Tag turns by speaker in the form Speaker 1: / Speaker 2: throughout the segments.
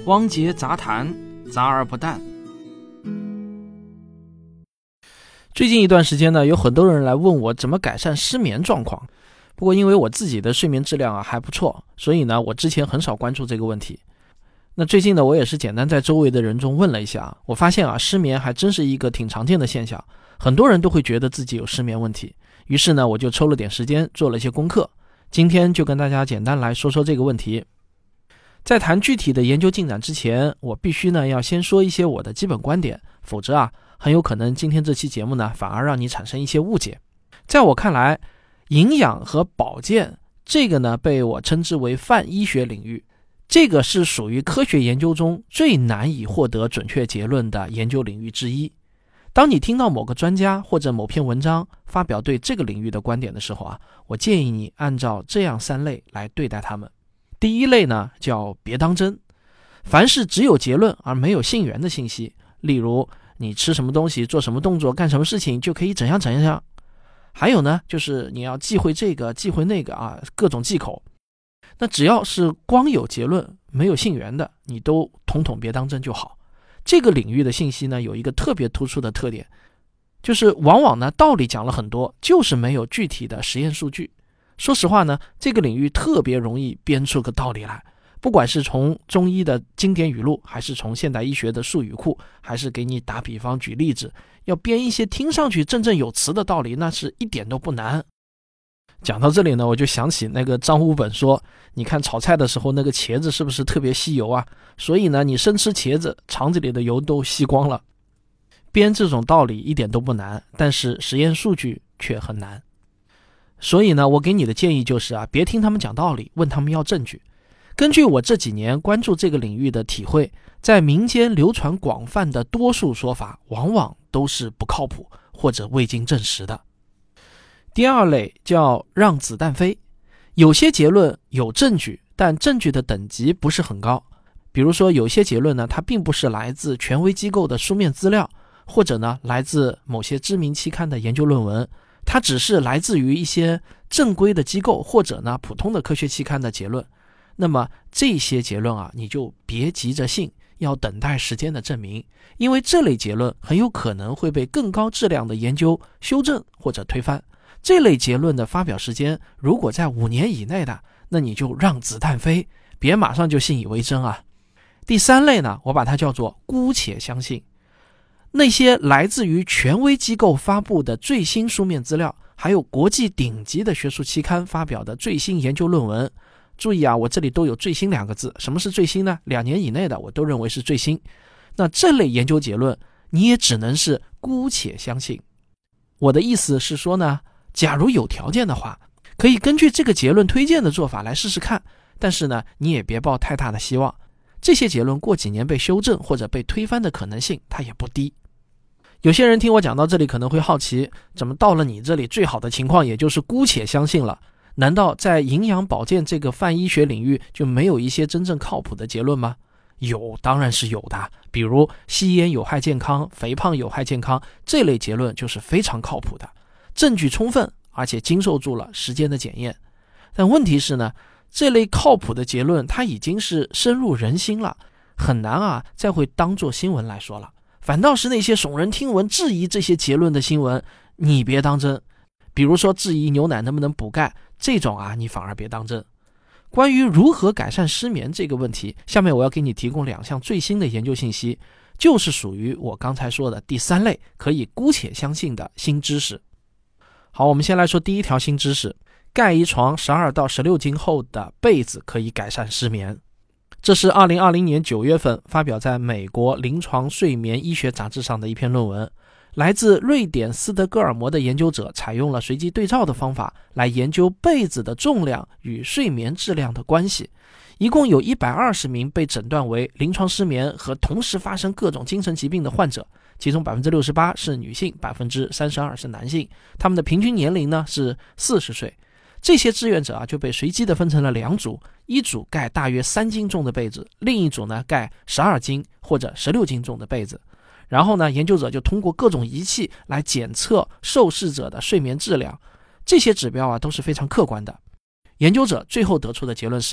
Speaker 1: 汪杰杂谈，杂而不淡。最近一段时间呢，有很多人来问我怎么改善失眠状况。不过因为我自己的睡眠质量还不错，所以呢，我之前很少关注这个问题。那最近呢，我也是简单在周围的人中问了一下，我发现失眠还真是一个挺常见的现象，很多人都会觉得自己有失眠问题。于是呢，我就抽了点时间做了一些功课，今天就跟大家简单来说说这个问题。在谈具体的研究进展之前，我必须呢要先说一些我的基本观点，否则很有可能今天这期节目呢反而让你产生一些误解。在我看来，营养和保健这个呢被我称之为泛医学领域，这个是属于科学研究中最难以获得准确结论的研究领域之一。当你听到某个专家或者某篇文章发表对这个领域的观点的时候我建议你按照这样3类来对待他们。第一类呢叫别当真，凡是只有结论而没有信源的信息，例如你吃什么东西、做什么动作、干什么事情就可以怎样怎样。还有呢，就是你要忌讳这个忌讳那个各种忌口。那只要是光有结论没有信源的，你都统统别当真就好。这个领域的信息呢有一个特别突出的特点，就是往往呢道理讲了很多，就是没有具体的实验数据。说实话呢，这个领域特别容易编出个道理来，不管是从中医的经典语录，还是从现代医学的术语库，还是给你打比方举例子，要编一些听上去振振有词的道理，那是一点都不难。讲到这里呢，我就想起那个张武本说，你看炒菜的时候那个茄子是不是特别吸油所以呢，你生吃茄子，肠子里的油都吸光了。编这种道理一点都不难，但是实验数据却很难。所以呢，我给你的建议就是别听他们讲道理，问他们要证据。根据我这几年关注这个领域的体会，在民间流传广泛的多数说法，往往都是不靠谱或者未经证实的。第二类叫让子弹飞，有些结论有证据，但证据的等级不是很高。比如说有些结论呢，它并不是来自权威机构的书面资料，或者呢来自某些知名期刊的研究论文，它只是来自于一些正规的机构或者呢普通的科学期刊的结论。那么这些结论你就别急着信，要等待时间的证明，因为这类结论很有可能会被更高质量的研究修正或者推翻。这类结论的发表时间如果在5年以内的，那你就让子弹飞，别马上就信以为真第三类呢，我把它叫做姑且相信。那些来自于权威机构发布的最新书面资料，还有国际顶级的学术期刊发表的最新研究论文，注意我这里都有最新2个字。什么是最新呢？2年以内的我都认为是最新。那这类研究结论你也只能是姑且相信。我的意思是说呢，假如有条件的话，可以根据这个结论推荐的做法来试试看，但是呢，你也别抱太大的希望。这些结论过几年被修正或者被推翻的可能性它也不低。有些人听我讲到这里可能会好奇，怎么到了你这里最好的情况也就是姑且相信了？难道在营养保健这个泛医学领域就没有一些真正靠谱的结论吗？有，当然是有的。比如吸烟有害健康、肥胖有害健康，这类结论就是非常靠谱的，证据充分，而且经受住了时间的检验。但问题是呢，这类靠谱的结论它已经是深入人心了，很难再会当作新闻来说了。反倒是那些耸人听闻质疑这些结论的新闻，你别当真。比如说质疑牛奶能不能补钙，这种你反而别当真。关于如何改善失眠这个问题，下面我要给你提供2项最新的研究信息，就是属于我刚才说的第3类可以姑且相信的新知识。好，我们先来说第一条新知识，盖一床12到16斤厚的被子可以改善失眠。这是2020年9月份发表在美国临床睡眠医学杂志上的一篇论文。来自瑞典斯德哥尔摩的研究者采用了随机对照的方法来研究被子的重量与睡眠质量的关系。一共有120名被诊断为临床失眠和同时发生各种精神疾病的患者，其中 68% 是女性， 32% 是男性，他们的平均年龄呢是40岁。这些志愿者就被随机的分成了2组，一组盖大约3斤重的被子，另一组呢盖12斤或者16斤重的被子。然后呢，研究者就通过各种仪器来检测受试者的睡眠质量，这些指标都是非常客观的。研究者最后得出的结论是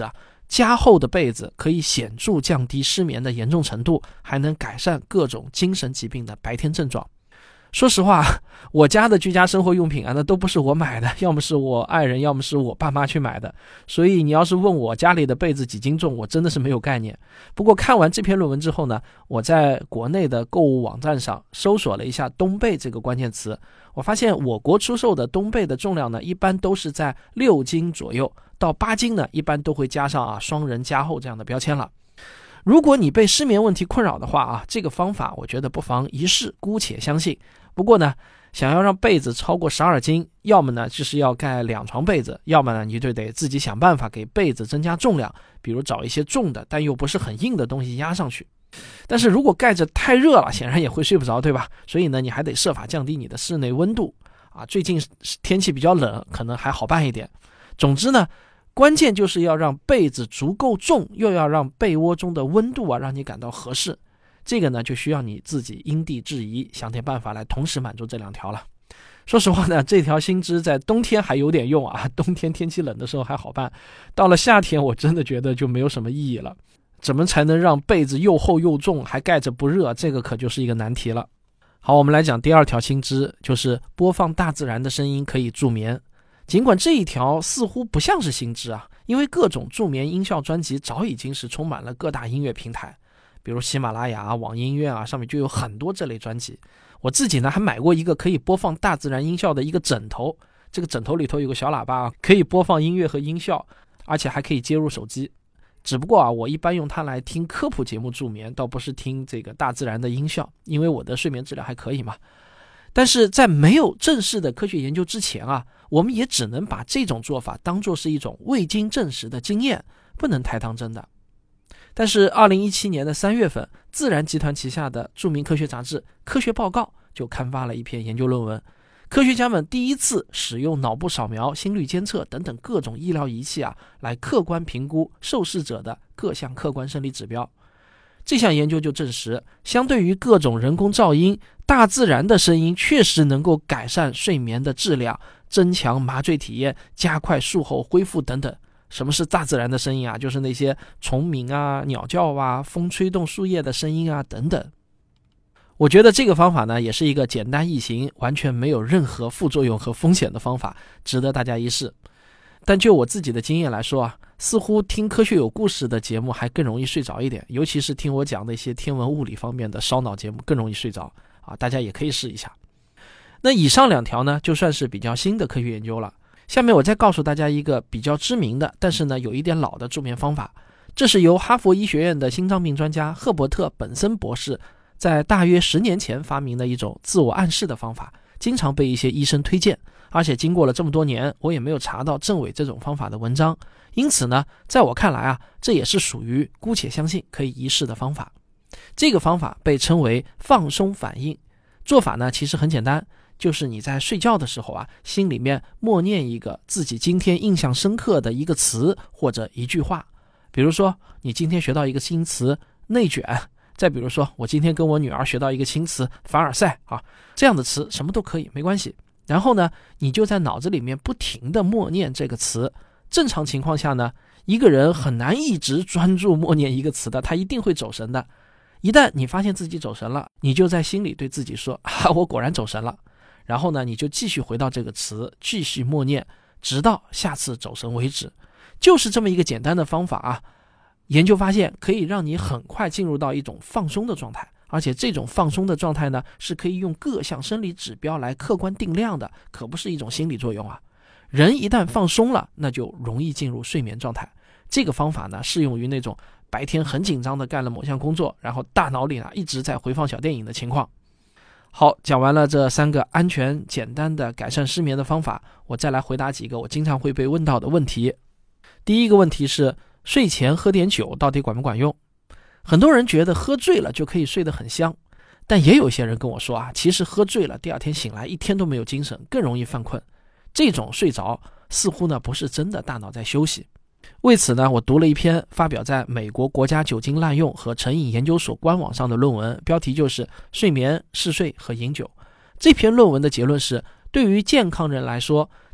Speaker 1: 加厚的被子可以显著降低失眠的严重程度，还能改善各种精神疾病的白天症状。说实话，我家的居家生活用品啊，那都不是我买的，要么是我爱人，要么是我爸妈去买的。所以你要是问我家里的被子几斤重，我真的是没有概念。不过看完这篇论文之后呢，我在国内的购物网站上搜索了一下冬被这个关键词，我发现我国出售的冬被的重量呢，一般都是在6斤左右，到8斤呢，一般都会加上双人加厚这样的标签了。如果你被失眠问题困扰的话这个方法我觉得不妨一试，姑且相信。不过呢，想要让被子超过12斤，要么呢就是要盖2床被子，要么呢你就得自己想办法给被子增加重量，比如找一些重的但又不是很硬的东西压上去。但是如果盖着太热了，显然也会睡不着，对吧？所以呢，你还得设法降低你的室内温度最近天气比较冷，可能还好办一点。总之呢，关键就是要让被子足够重，又要让被窝中的温度让你感到合适。这个呢，就需要你自己因地制宜，想点办法来同时满足这2条了。说实话呢，这条新知在冬天还有点用冬天天气冷的时候还好办，到了夏天我真的觉得就没有什么意义了。怎么才能让被子又厚又重还盖着不热，这个可就是一个难题了。好，我们来讲第2条新知，就是播放大自然的声音可以助眠。尽管这一条似乎不像是新知因为各种助眠音效专辑早已经是充满了各大音乐平台，比如喜马拉雅网易音乐上面就有很多这类专辑。我自己呢还买过一个可以播放大自然音效的一个枕头，这个枕头里头有个小喇叭可以播放音乐和音效，而且还可以接入手机。只不过我一般用它来听科普节目助眠，倒不是听这个大自然的音效，因为我的睡眠质量还可以嘛。但是在没有正式的科学研究之前我们也只能把这种做法当作是一种未经证实的经验，不能太当真的。但是2017年的3月份，自然集团旗下的著名科学杂志《科学报告》就刊发了一篇研究论文，科学家们第一次使用脑部扫描、心率监测等等各种医疗仪器来客观评估受试者的各项客观生理指标。这项研究就证实，相对于各种人工噪音，大自然的声音确实能够改善睡眠的质量，增强麻醉体验，加快术后恢复等等。什么是大自然的声音就是那些虫鸣鸟叫风吹动树叶的声音等等。我觉得这个方法呢，也是一个简单易行，完全没有任何副作用和风险的方法，值得大家一试。但就我自己的经验来说似乎听科学有故事的节目还更容易睡着一点，尤其是听我讲的一些天文物理方面的烧脑节目更容易睡着大家也可以试一下。那以上2条呢，就算是比较新的科学研究了。下面我再告诉大家一个比较知名的，但是呢有一点老的助眠方法。这是由哈佛医学院的心脏病专家赫伯特·本森博士在大约10年前发明的一种自我暗示的方法，经常被一些医生推荐，而且经过了这么多年，我也没有查到证伪这种方法的文章。因此呢，在我看来这也是属于姑且相信可以一试的方法。这个方法被称为放松反应，做法呢其实很简单，就是你在睡觉的时候心里面默念一个自己今天印象深刻的一个词或者一句话。比如说你今天学到一个新词内卷，再比如说我今天跟我女儿学到一个新词凡尔赛这样的词什么都可以，没关系。然后呢，你就在脑子里面不停地默念这个词。正常情况下呢，一个人很难一直专注默念一个词的，他一定会走神的。一旦你发现自己走神了，你就在心里对自己说我果然走神了。然后呢，你就继续回到这个词，继续默念，直到下次走神为止。就是这么一个简单的方法研究发现可以让你很快进入到一种放松的状态，而且这种放松的状态呢，是可以用各项生理指标来客观定量的，可不是一种心理作用人一旦放松了，那就容易进入睡眠状态。这个方法呢，适用于那种白天很紧张的干了某项工作，然后大脑里一直在回放小电影的情况。好，讲完了这3个安全简单的改善失眠的方法，我再来回答几个我经常会被问到的问题。第一个问题是，睡前喝点酒到底管不管用？很多人觉得喝醉了就可以睡得很香，但也有一些人跟我说其实喝醉了第2天醒来一天都没有精神，更容易犯困。这种睡着似乎呢不是真的大脑在休息。为此呢，我读了一篇发表在美国国家酒精滥用和成瘾研究所官网上的论文，标题就是睡眠、嗜睡和饮酒。这篇论文的结论是，对于健康人来说，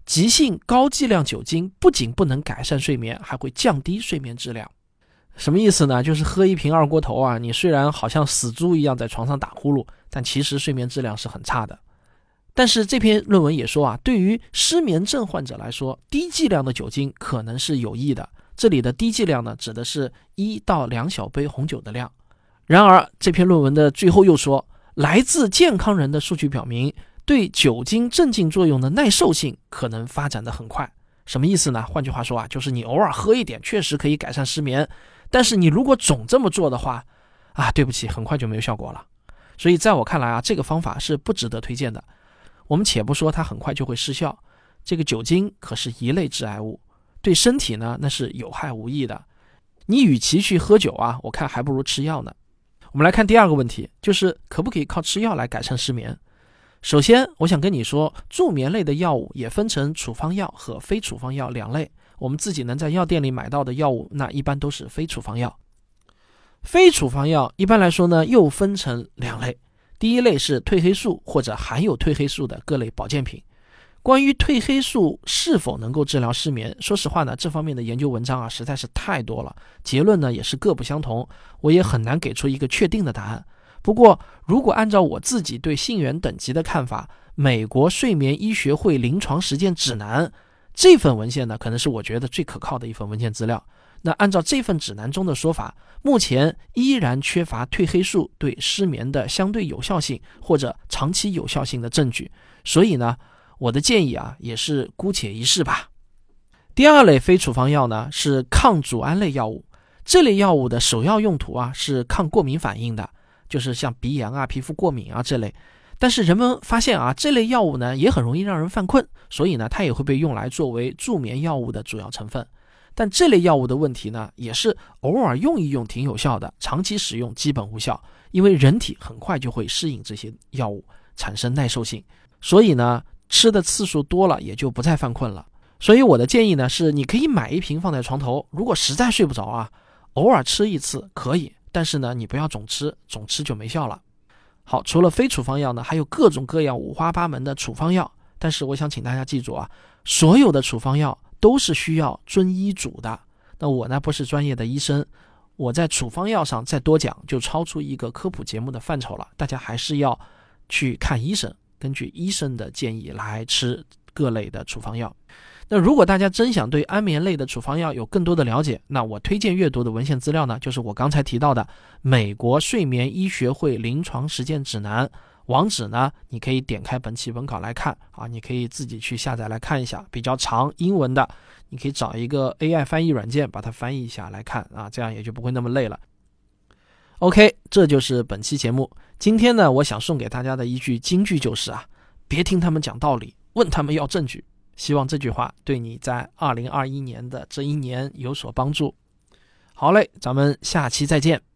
Speaker 1: 急性高剂量酒精不仅不能改善睡眠，还会降低睡眠质量。什么意思呢？就是喝一瓶二锅头啊，你虽然好像死猪一样在床上打呼噜，但其实睡眠质量是很差的。但是这篇论文也说啊，对于失眠症患者来说，低剂量的酒精可能是有益的。这里的低剂量呢，指的是1到2小杯红酒的量。然而这篇论文的最后又说，来自健康人的数据表明，对酒精镇静作用的耐受性可能发展得很快。什么意思呢？换句话说啊，就是你偶尔喝一点确实可以改善失眠，但是你如果总这么做的话对不起，很快就没有效果了。所以在我看来啊，这个方法是不值得推荐的。我们且不说它很快就会失效，这个酒精可是一类致癌物，对身体呢那是有害无益的。你与其去喝酒啊，我看还不如吃药呢。我们来看第二个问题，就是可不可以靠吃药来改善失眠。首先我想跟你说，助眠类的药物也分成处方药和非处方药两类。我们自己能在药店里买到的药物，那一般都是非处方药。非处方药一般来说呢，又分成两类。第一类是褪黑素或者含有褪黑素的各类保健品。关于褪黑素是否能够治疗失眠，说实话呢，这方面的研究文章啊实在是太多了，结论呢也是各不相同，我也很难给出一个确定的答案。不过如果按照我自己对信源等级的看法，美国睡眠医学会临床实践指南这份文献呢，可能是我觉得最可靠的一份文献资料。那按照这份指南中的说法，目前依然缺乏褪黑素对失眠的相对有效性或者长期有效性的证据，所以呢，我的建议啊，也是姑且一试吧。第二类非处方药呢，是抗组胺类药物。这类药物的首要用途啊，是抗过敏反应的，就是像鼻炎啊、皮肤过敏啊这类。但是人们发现啊，这类药物呢，也很容易让人犯困，所以呢，它也会被用来作为助眠药物的主要成分。但这类药物的问题呢，也是偶尔用一用挺有效的，长期使用基本无效，因为人体很快就会适应这些药物，产生耐受性。所以呢，吃的次数多了也就不再犯困了。所以我的建议呢是，你可以买一瓶放在床头，如果实在睡不着啊，偶尔吃一次可以，但是呢，你不要总吃，总吃就没效了。好，除了非处方药呢，还有各种各样五花八门的处方药，但是我想请大家记住啊，所有的处方药都是需要遵医嘱的。那我呢不是专业的医生，我在处方药上再多讲就超出一个科普节目的范畴了，大家还是要去看医生，根据医生的建议来吃各类的处方药。那如果大家真想对安眠类的处方药有更多的了解，那我推荐阅读的文献资料呢，就是我刚才提到的美国睡眠医学会临床实践指南。网址呢，你可以点开本期文稿来看啊，你可以自己去下载来看一下，比较长英文的，你可以找一个 AI 翻译软件把它翻译一下来看啊，这样也就不会那么累了。OK， 这就是本期节目。今天呢，我想送给大家的一句金句就是啊，别听他们讲道理，问他们要证据。希望这句话对你在2021年的这一年有所帮助。好嘞，咱们下期再见。